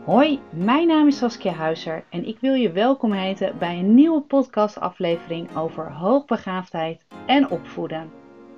Hoi, mijn naam is Saskia Huizer en ik wil je welkom heten bij een nieuwe podcastaflevering over hoogbegaafdheid en opvoeden.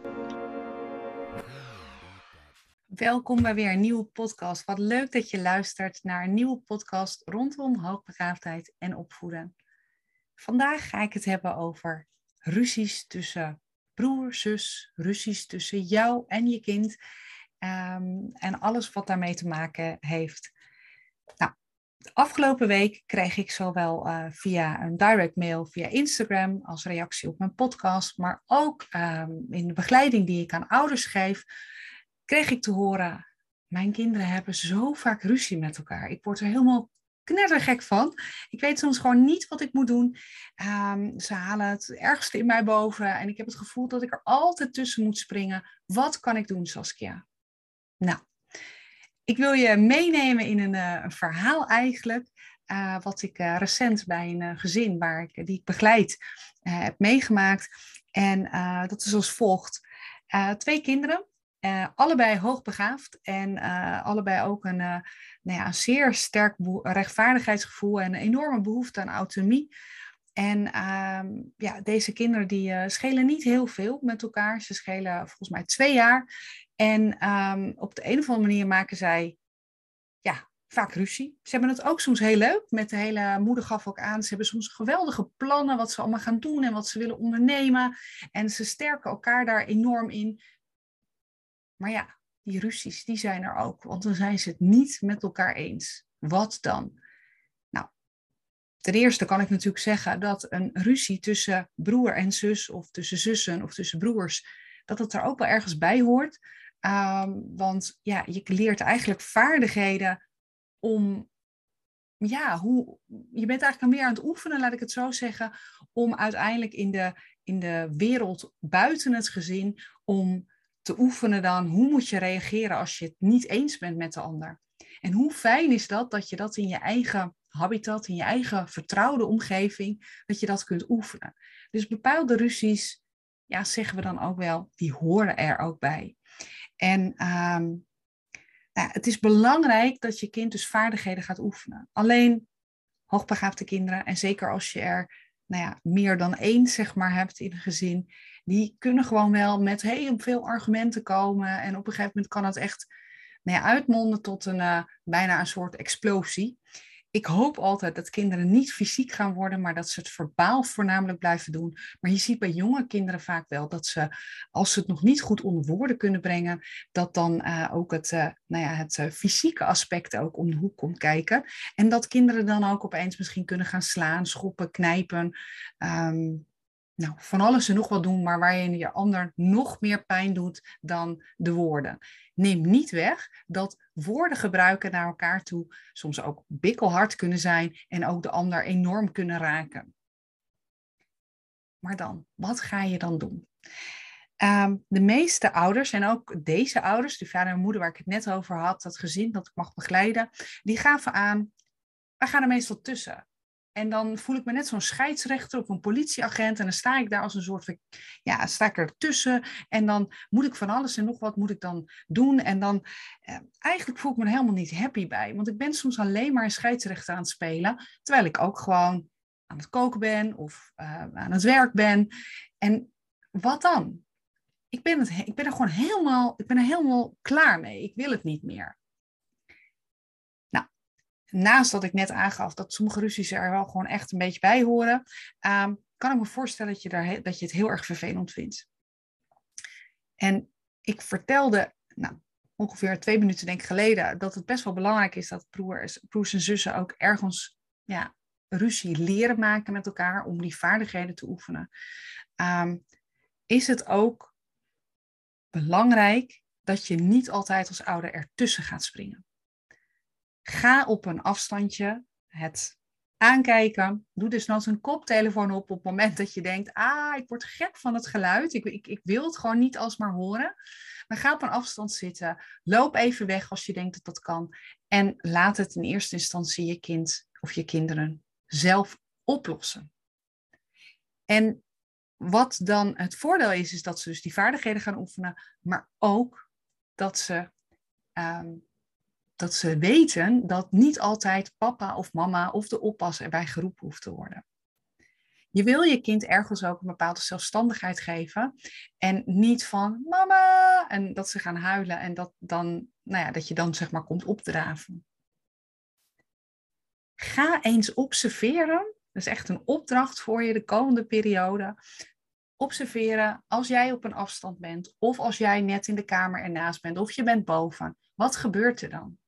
Welkom bij weer een nieuwe podcast. Wat leuk dat je luistert naar een nieuwe podcast rondom hoogbegaafdheid en opvoeden. Vandaag ga ik het hebben over ruzies tussen broer, zus, ruzies tussen jou en je kind en alles wat daarmee te maken heeft. Nou, de afgelopen week kreeg ik zowel via een direct mail via Instagram als reactie op mijn podcast, maar ook in de begeleiding die ik aan ouders geef, kreeg ik te horen: mijn kinderen hebben zo vaak ruzie met elkaar. Ik word er helemaal knettergek van. Ik weet soms gewoon niet wat ik moet doen. Ze halen het ergste in mij boven en ik heb het gevoel dat ik er altijd tussen moet springen. Wat kan ik doen, Saskia? Nou, ik wil je meenemen in een verhaal eigenlijk, wat ik recent bij een gezin die ik begeleid heb meegemaakt. En dat is als volgt. 2 kinderen, allebei hoogbegaafd en allebei ook een zeer sterk rechtvaardigheidsgevoel en een enorme behoefte aan autonomie. En deze kinderen die schelen niet heel veel met elkaar. Ze schelen volgens mij 2 jaar. En op de een of andere manier maken zij vaak ruzie. Ze hebben het ook soms heel leuk. Met de hele moeder gaf ook aan. Ze hebben soms geweldige plannen wat ze allemaal gaan doen en wat ze willen ondernemen. En ze sterken elkaar daar enorm in. Maar ja, die ruzies, die zijn er ook. Want dan zijn ze het niet met elkaar eens. Wat dan? Nou, ten eerste kan ik natuurlijk zeggen dat een ruzie tussen broer en zus, of tussen zussen of tussen broers, dat het er ook wel ergens bij hoort. Want ja, je leert eigenlijk vaardigheden om, je bent eigenlijk meer aan het oefenen, laat ik het zo zeggen, om uiteindelijk in de wereld buiten het gezin, om te oefenen dan, hoe moet je reageren als je het niet eens bent met de ander? En hoe fijn is dat je dat in je eigen habitat, in je eigen vertrouwde omgeving, dat je dat kunt oefenen. Dus bepaalde ruzies, ja, zeggen we dan ook wel, die horen er ook bij. En het is belangrijk dat je kind dus vaardigheden gaat oefenen. Alleen hoogbegaafde kinderen, en zeker als je er meer dan 1 zeg maar, hebt in een gezin, die kunnen gewoon wel met heel veel argumenten komen. En op een gegeven moment kan het echt uitmonden tot bijna een soort explosie. Ik hoop altijd dat kinderen niet fysiek gaan worden, maar dat ze het verbaal voornamelijk blijven doen. Maar je ziet bij jonge kinderen vaak wel dat ze, als ze het nog niet goed onder woorden kunnen brengen, dat dan ook het fysieke aspect ook om de hoek komt kijken. En dat kinderen dan ook opeens misschien kunnen gaan slaan, schoppen, knijpen. Van alles en nog wat doen, maar waar je je ander nog meer pijn doet dan de woorden. Neem niet weg dat woorden gebruiken naar elkaar toe soms ook bikkelhard kunnen zijn en ook de ander enorm kunnen raken. Maar dan, wat ga je dan doen? De meeste ouders, en ook deze ouders, de vader en moeder waar ik het net over had, dat gezin dat ik mag begeleiden, die gaven aan, wij gaan er meestal tussen. En dan voel ik me net zo'n scheidsrechter of een politieagent. En dan sta ik daar als een soort van, sta ik ertussen. En dan moet ik van alles en nog wat moet ik dan doen. En dan, eigenlijk voel ik me er helemaal niet happy bij. Want ik ben soms alleen maar een scheidsrechter aan het spelen. Terwijl ik ook gewoon aan het koken ben of aan het werk ben. En wat dan? Ik ben er helemaal klaar mee. Ik wil het niet meer. Naast dat ik net aangaf dat sommige ruzies er wel gewoon echt een beetje bij horen, kan ik me voorstellen dat je het heel erg vervelend vindt. En ik vertelde ongeveer 2 minuten denk ik geleden dat het best wel belangrijk is dat broers en zussen ook ergens ruzie leren maken met elkaar om die vaardigheden te oefenen. Is het ook belangrijk dat je niet altijd als ouder ertussen gaat springen. Ga op een afstandje het aankijken. Doe desnoods een koptelefoon op het moment dat je denkt, ik word gek van het geluid. Ik wil het gewoon niet alsmaar horen. Maar ga op een afstand zitten. Loop even weg als je denkt dat dat kan. En laat het in eerste instantie je kind of je kinderen zelf oplossen. En wat dan het voordeel is dat ze dus die vaardigheden gaan oefenen. Maar ook dat ze dat ze weten dat niet altijd papa of mama of de oppas erbij geroepen hoeft te worden. Je wil je kind ergens ook een bepaalde zelfstandigheid geven. En niet van mama. En dat ze gaan huilen. En dat je dan zeg maar komt opdraven. Ga eens observeren. Dat is echt een opdracht voor je de komende periode. Observeren als jij op een afstand bent. Of als jij net in de kamer ernaast bent. Of je bent boven. Wat gebeurt er dan?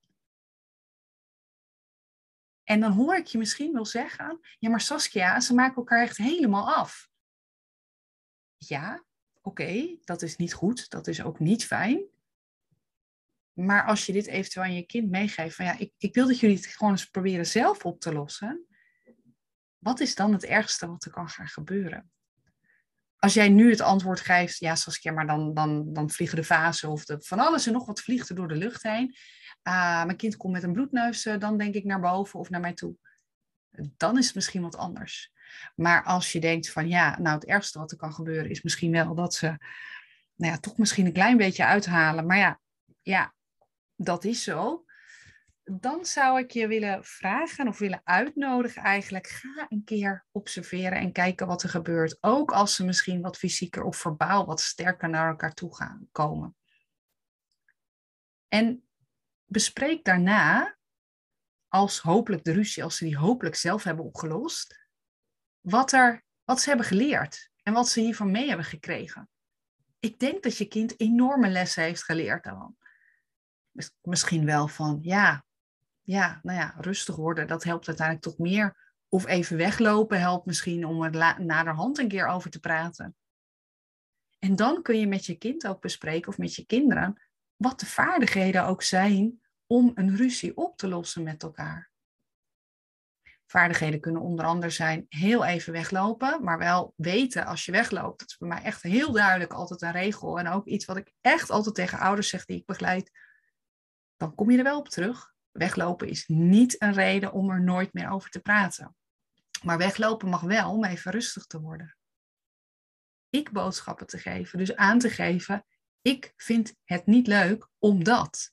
En dan hoor ik je misschien wel zeggen, ja maar Saskia, ze maken elkaar echt helemaal af. Ja, oké, dat is niet goed, dat is ook niet fijn. Maar als je dit eventueel aan je kind meegeeft, van ja, ik wil dat jullie het gewoon eens proberen zelf op te lossen. Wat is dan het ergste wat er kan gaan gebeuren? Als jij nu het antwoord geeft, ja Saskia, maar dan vliegen de vazen of van alles en nog wat vliegt er door de lucht heen. Mijn kind komt met een bloedneus dan denk ik naar boven of naar mij toe. Dan is het misschien wat anders. Maar als je denkt van ja, nou het ergste wat er kan gebeuren is misschien wel dat ze toch misschien een klein beetje uithalen. Maar ja, dat is zo. Dan zou ik je willen vragen of willen uitnodigen eigenlijk. Ga een keer observeren en kijken wat er gebeurt. Ook als ze misschien wat fysieker of verbaal wat sterker naar elkaar toe gaan komen. En bespreek daarna, als hopelijk de ruzie, als ze die hopelijk zelf hebben opgelost, wat ze hebben geleerd en wat ze hiervan mee hebben gekregen. Ik denk dat je kind enorme lessen heeft geleerd daarvan. Misschien wel van, rustig worden, dat helpt uiteindelijk toch meer. Of even weglopen helpt misschien om er naderhand een keer over te praten. En dan kun je met je kind ook bespreken, of met je kinderen, wat de vaardigheden ook zijn om een ruzie op te lossen met elkaar. Vaardigheden kunnen onder andere zijn heel even weglopen, maar wel weten als je wegloopt. Dat is bij mij echt heel duidelijk altijd een regel. En ook iets wat ik echt altijd tegen ouders zeg die ik begeleid. Dan kom je er wel op terug. Weglopen is niet een reden om er nooit meer over te praten. Maar weglopen mag wel om even rustig te worden. Ik boodschappen te geven, dus aan te geven, ik vind het niet leuk omdat.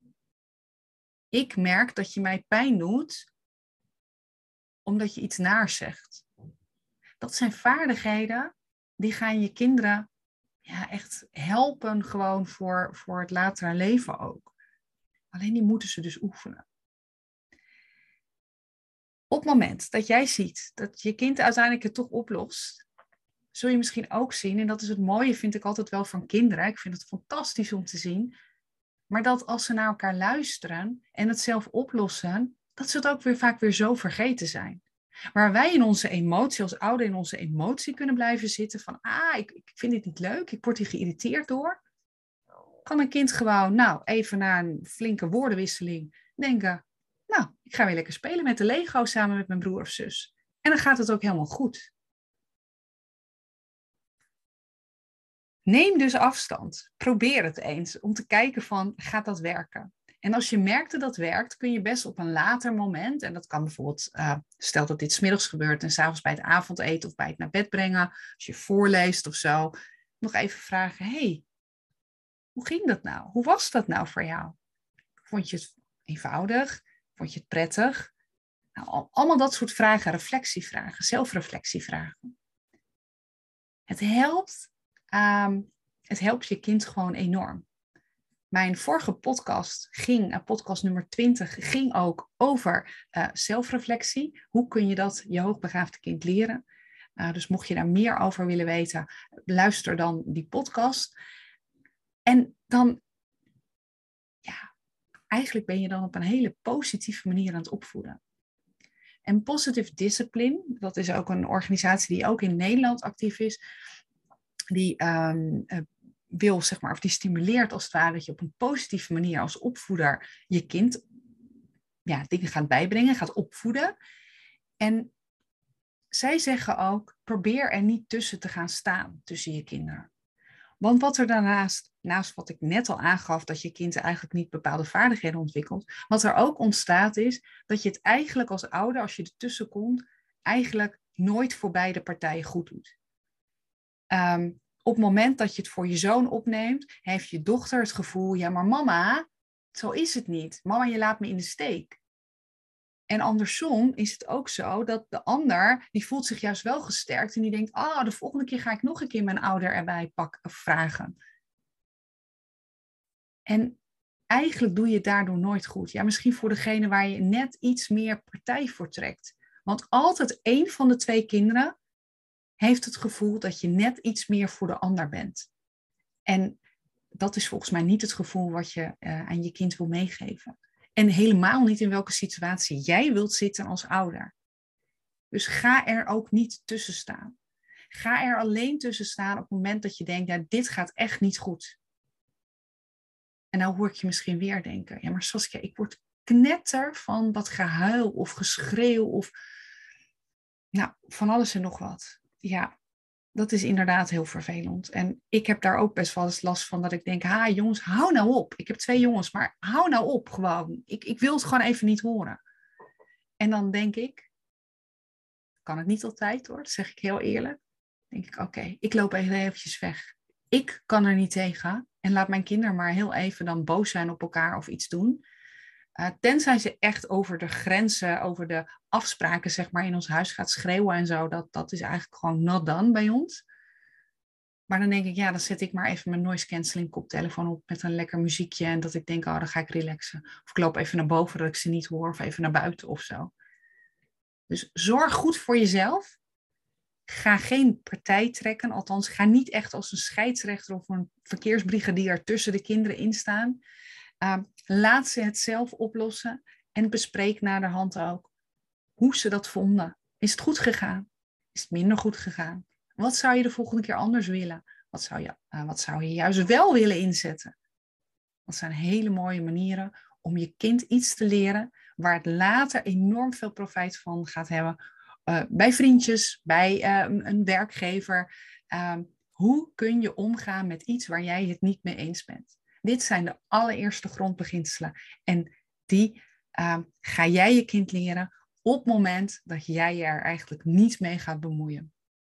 Ik merk dat je mij pijn doet omdat je iets naars zegt. Dat zijn vaardigheden die gaan je kinderen echt helpen gewoon voor het latere leven ook. Alleen die moeten ze dus oefenen. Op het moment dat jij ziet dat je kind uiteindelijk het toch oplost, zul je misschien ook zien, en dat is het mooie vind ik altijd wel van kinderen, ik vind het fantastisch om te zien, maar dat als ze naar elkaar luisteren en het zelf oplossen, dat ze het ook weer vaak weer zo vergeten zijn. Waar wij in onze emotie, als ouder in onze emotie kunnen blijven zitten van, ik vind dit niet leuk, ik word hier geïrriteerd door, kan een kind gewoon, even na een flinke woordenwisseling denken, ik ga weer lekker spelen met de Lego samen met mijn broer of zus. En dan gaat het ook helemaal goed. Neem dus afstand. Probeer het eens om te kijken van, gaat dat werken? En als je merkt dat dat werkt, kun je best op een later moment, en dat kan bijvoorbeeld, stel dat dit 's middags gebeurt en 's avonds bij het avondeten of bij het naar bed brengen, als je voorleest of zo, nog even vragen, hey, hoe ging dat nou? Hoe was dat nou voor jou? Vond je het eenvoudig? Vond je het prettig? Nou, allemaal dat soort vragen, reflectievragen, zelfreflectievragen. Het helpt je kind gewoon enorm. Mijn vorige podcast podcast nummer 20, ging ook over zelfreflectie. Hoe kun je dat je hoogbegaafde kind leren? Dus mocht je daar meer over willen weten, luister dan die podcast. En dan, eigenlijk ben je dan op een hele positieve manier aan het opvoeden. En Positive Discipline, dat is ook een organisatie die ook in Nederland actief is, die wil, zeg maar, of die stimuleert als het ware dat je op een positieve manier als opvoeder je kind dingen gaat bijbrengen, gaat opvoeden. En zij zeggen ook, probeer er niet tussen te gaan staan, tussen je kinderen. Want wat er naast wat ik net al aangaf, dat je kind eigenlijk niet bepaalde vaardigheden ontwikkelt, wat er ook ontstaat is, dat je het eigenlijk als ouder, als je ertussen komt, eigenlijk nooit voor beide partijen goed doet. Op het moment dat je het voor je zoon opneemt, heeft je dochter het gevoel, ja maar mama, Zo is het niet. Mama, je laat me in de steek. En andersom is het ook zo dat de ander, die voelt zich juist wel gesterkt. En die denkt, de volgende keer ga ik nog een keer mijn ouder erbij pakken of vragen. En eigenlijk doe je het daardoor nooit goed. Ja, misschien voor degene waar je net iets meer partij voor trekt. Want altijd één van de twee kinderen heeft het gevoel dat je net iets meer voor de ander bent. En dat is volgens mij niet het gevoel wat je aan je kind wil meegeven. En helemaal niet in welke situatie jij wilt zitten als ouder. Dus ga er ook niet tussen staan. Ga er alleen tussen staan op het moment dat je denkt, ja, dit gaat echt niet goed. En nou hoor ik je misschien weer denken, ja, maar Saskia, ik word knetter van wat gehuil of geschreeuw of van alles en nog wat. Ja, dat is inderdaad heel vervelend. En ik heb daar ook best wel eens last van dat ik denk, jongens, hou nou op. Ik heb 2 jongens, maar hou nou op gewoon. Ik wil het gewoon even niet horen. En dan denk ik, kan het niet altijd hoor, dat zeg ik heel eerlijk. Dan denk ik, oké, ik loop even eventjes weg. Ik kan er niet tegen. En laat mijn kinderen maar heel even dan boos zijn op elkaar of iets doen. Tenzij ze echt over de grenzen, over de afspraken zeg maar, in ons huis gaat schreeuwen en zo. Dat is eigenlijk gewoon not done bij ons. Maar dan denk ik, dan zet ik maar even mijn noise cancelling koptelefoon op met een lekker muziekje. En dat ik denk, dan ga ik relaxen. Of ik loop even naar boven dat ik ze niet hoor. Of even naar buiten of zo. Dus zorg goed voor jezelf. Ga geen partij trekken. Althans, ga niet echt als een scheidsrechter of een verkeersbrigadier tussen de kinderen instaan. Laat ze het zelf oplossen. En bespreek naderhand ook hoe ze dat vonden. Is het goed gegaan? Is het minder goed gegaan? Wat zou je de volgende keer anders willen? Wat zou je juist wel willen inzetten? Dat zijn hele mooie manieren om je kind iets te leren waar het later enorm veel profijt van gaat hebben. Bij vriendjes, bij een werkgever. Hoe kun je omgaan met iets waar jij het niet mee eens bent? Dit zijn de allereerste grondbeginselen. En die ga jij je kind leren op het moment dat jij je er eigenlijk niet mee gaat bemoeien.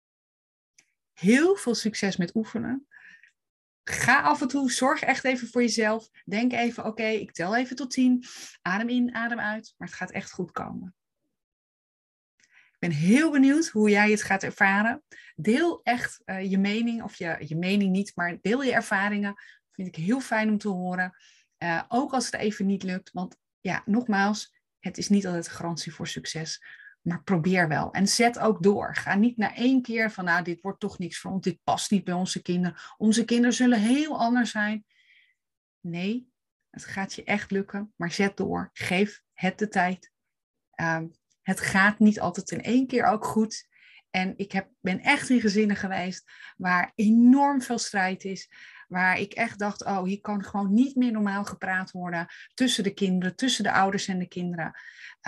Heel veel succes met oefenen. Ga af en toe, zorg echt even voor jezelf. Denk even, oké, ik tel even tot 10. Adem in, adem uit. Maar het gaat echt goed komen. Ik ben heel benieuwd hoe jij het gaat ervaren. Deel echt je mening, of je mening niet, maar deel je ervaringen. Dat vind ik heel fijn om te horen. Ook als het even niet lukt. Want nogmaals, het is niet altijd een garantie voor succes. Maar probeer wel. En zet ook door. Ga niet na 1 keer van, dit wordt toch niks voor ons. Dit past niet bij onze kinderen. Onze kinderen zullen heel anders zijn. Nee, het gaat je echt lukken. Maar zet door. Geef het de tijd. Het gaat niet altijd in 1 keer ook goed. En ik ben echt in gezinnen geweest waar enorm veel strijd is. Waar ik echt dacht, hier kan gewoon niet meer normaal gepraat worden. Tussen de kinderen, tussen de ouders en de kinderen.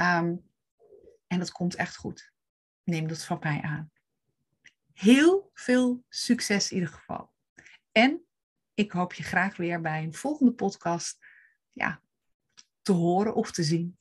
En dat komt echt goed. Neem dat van mij aan. Heel veel succes in ieder geval. En ik hoop je graag weer bij een volgende podcast te horen of te zien.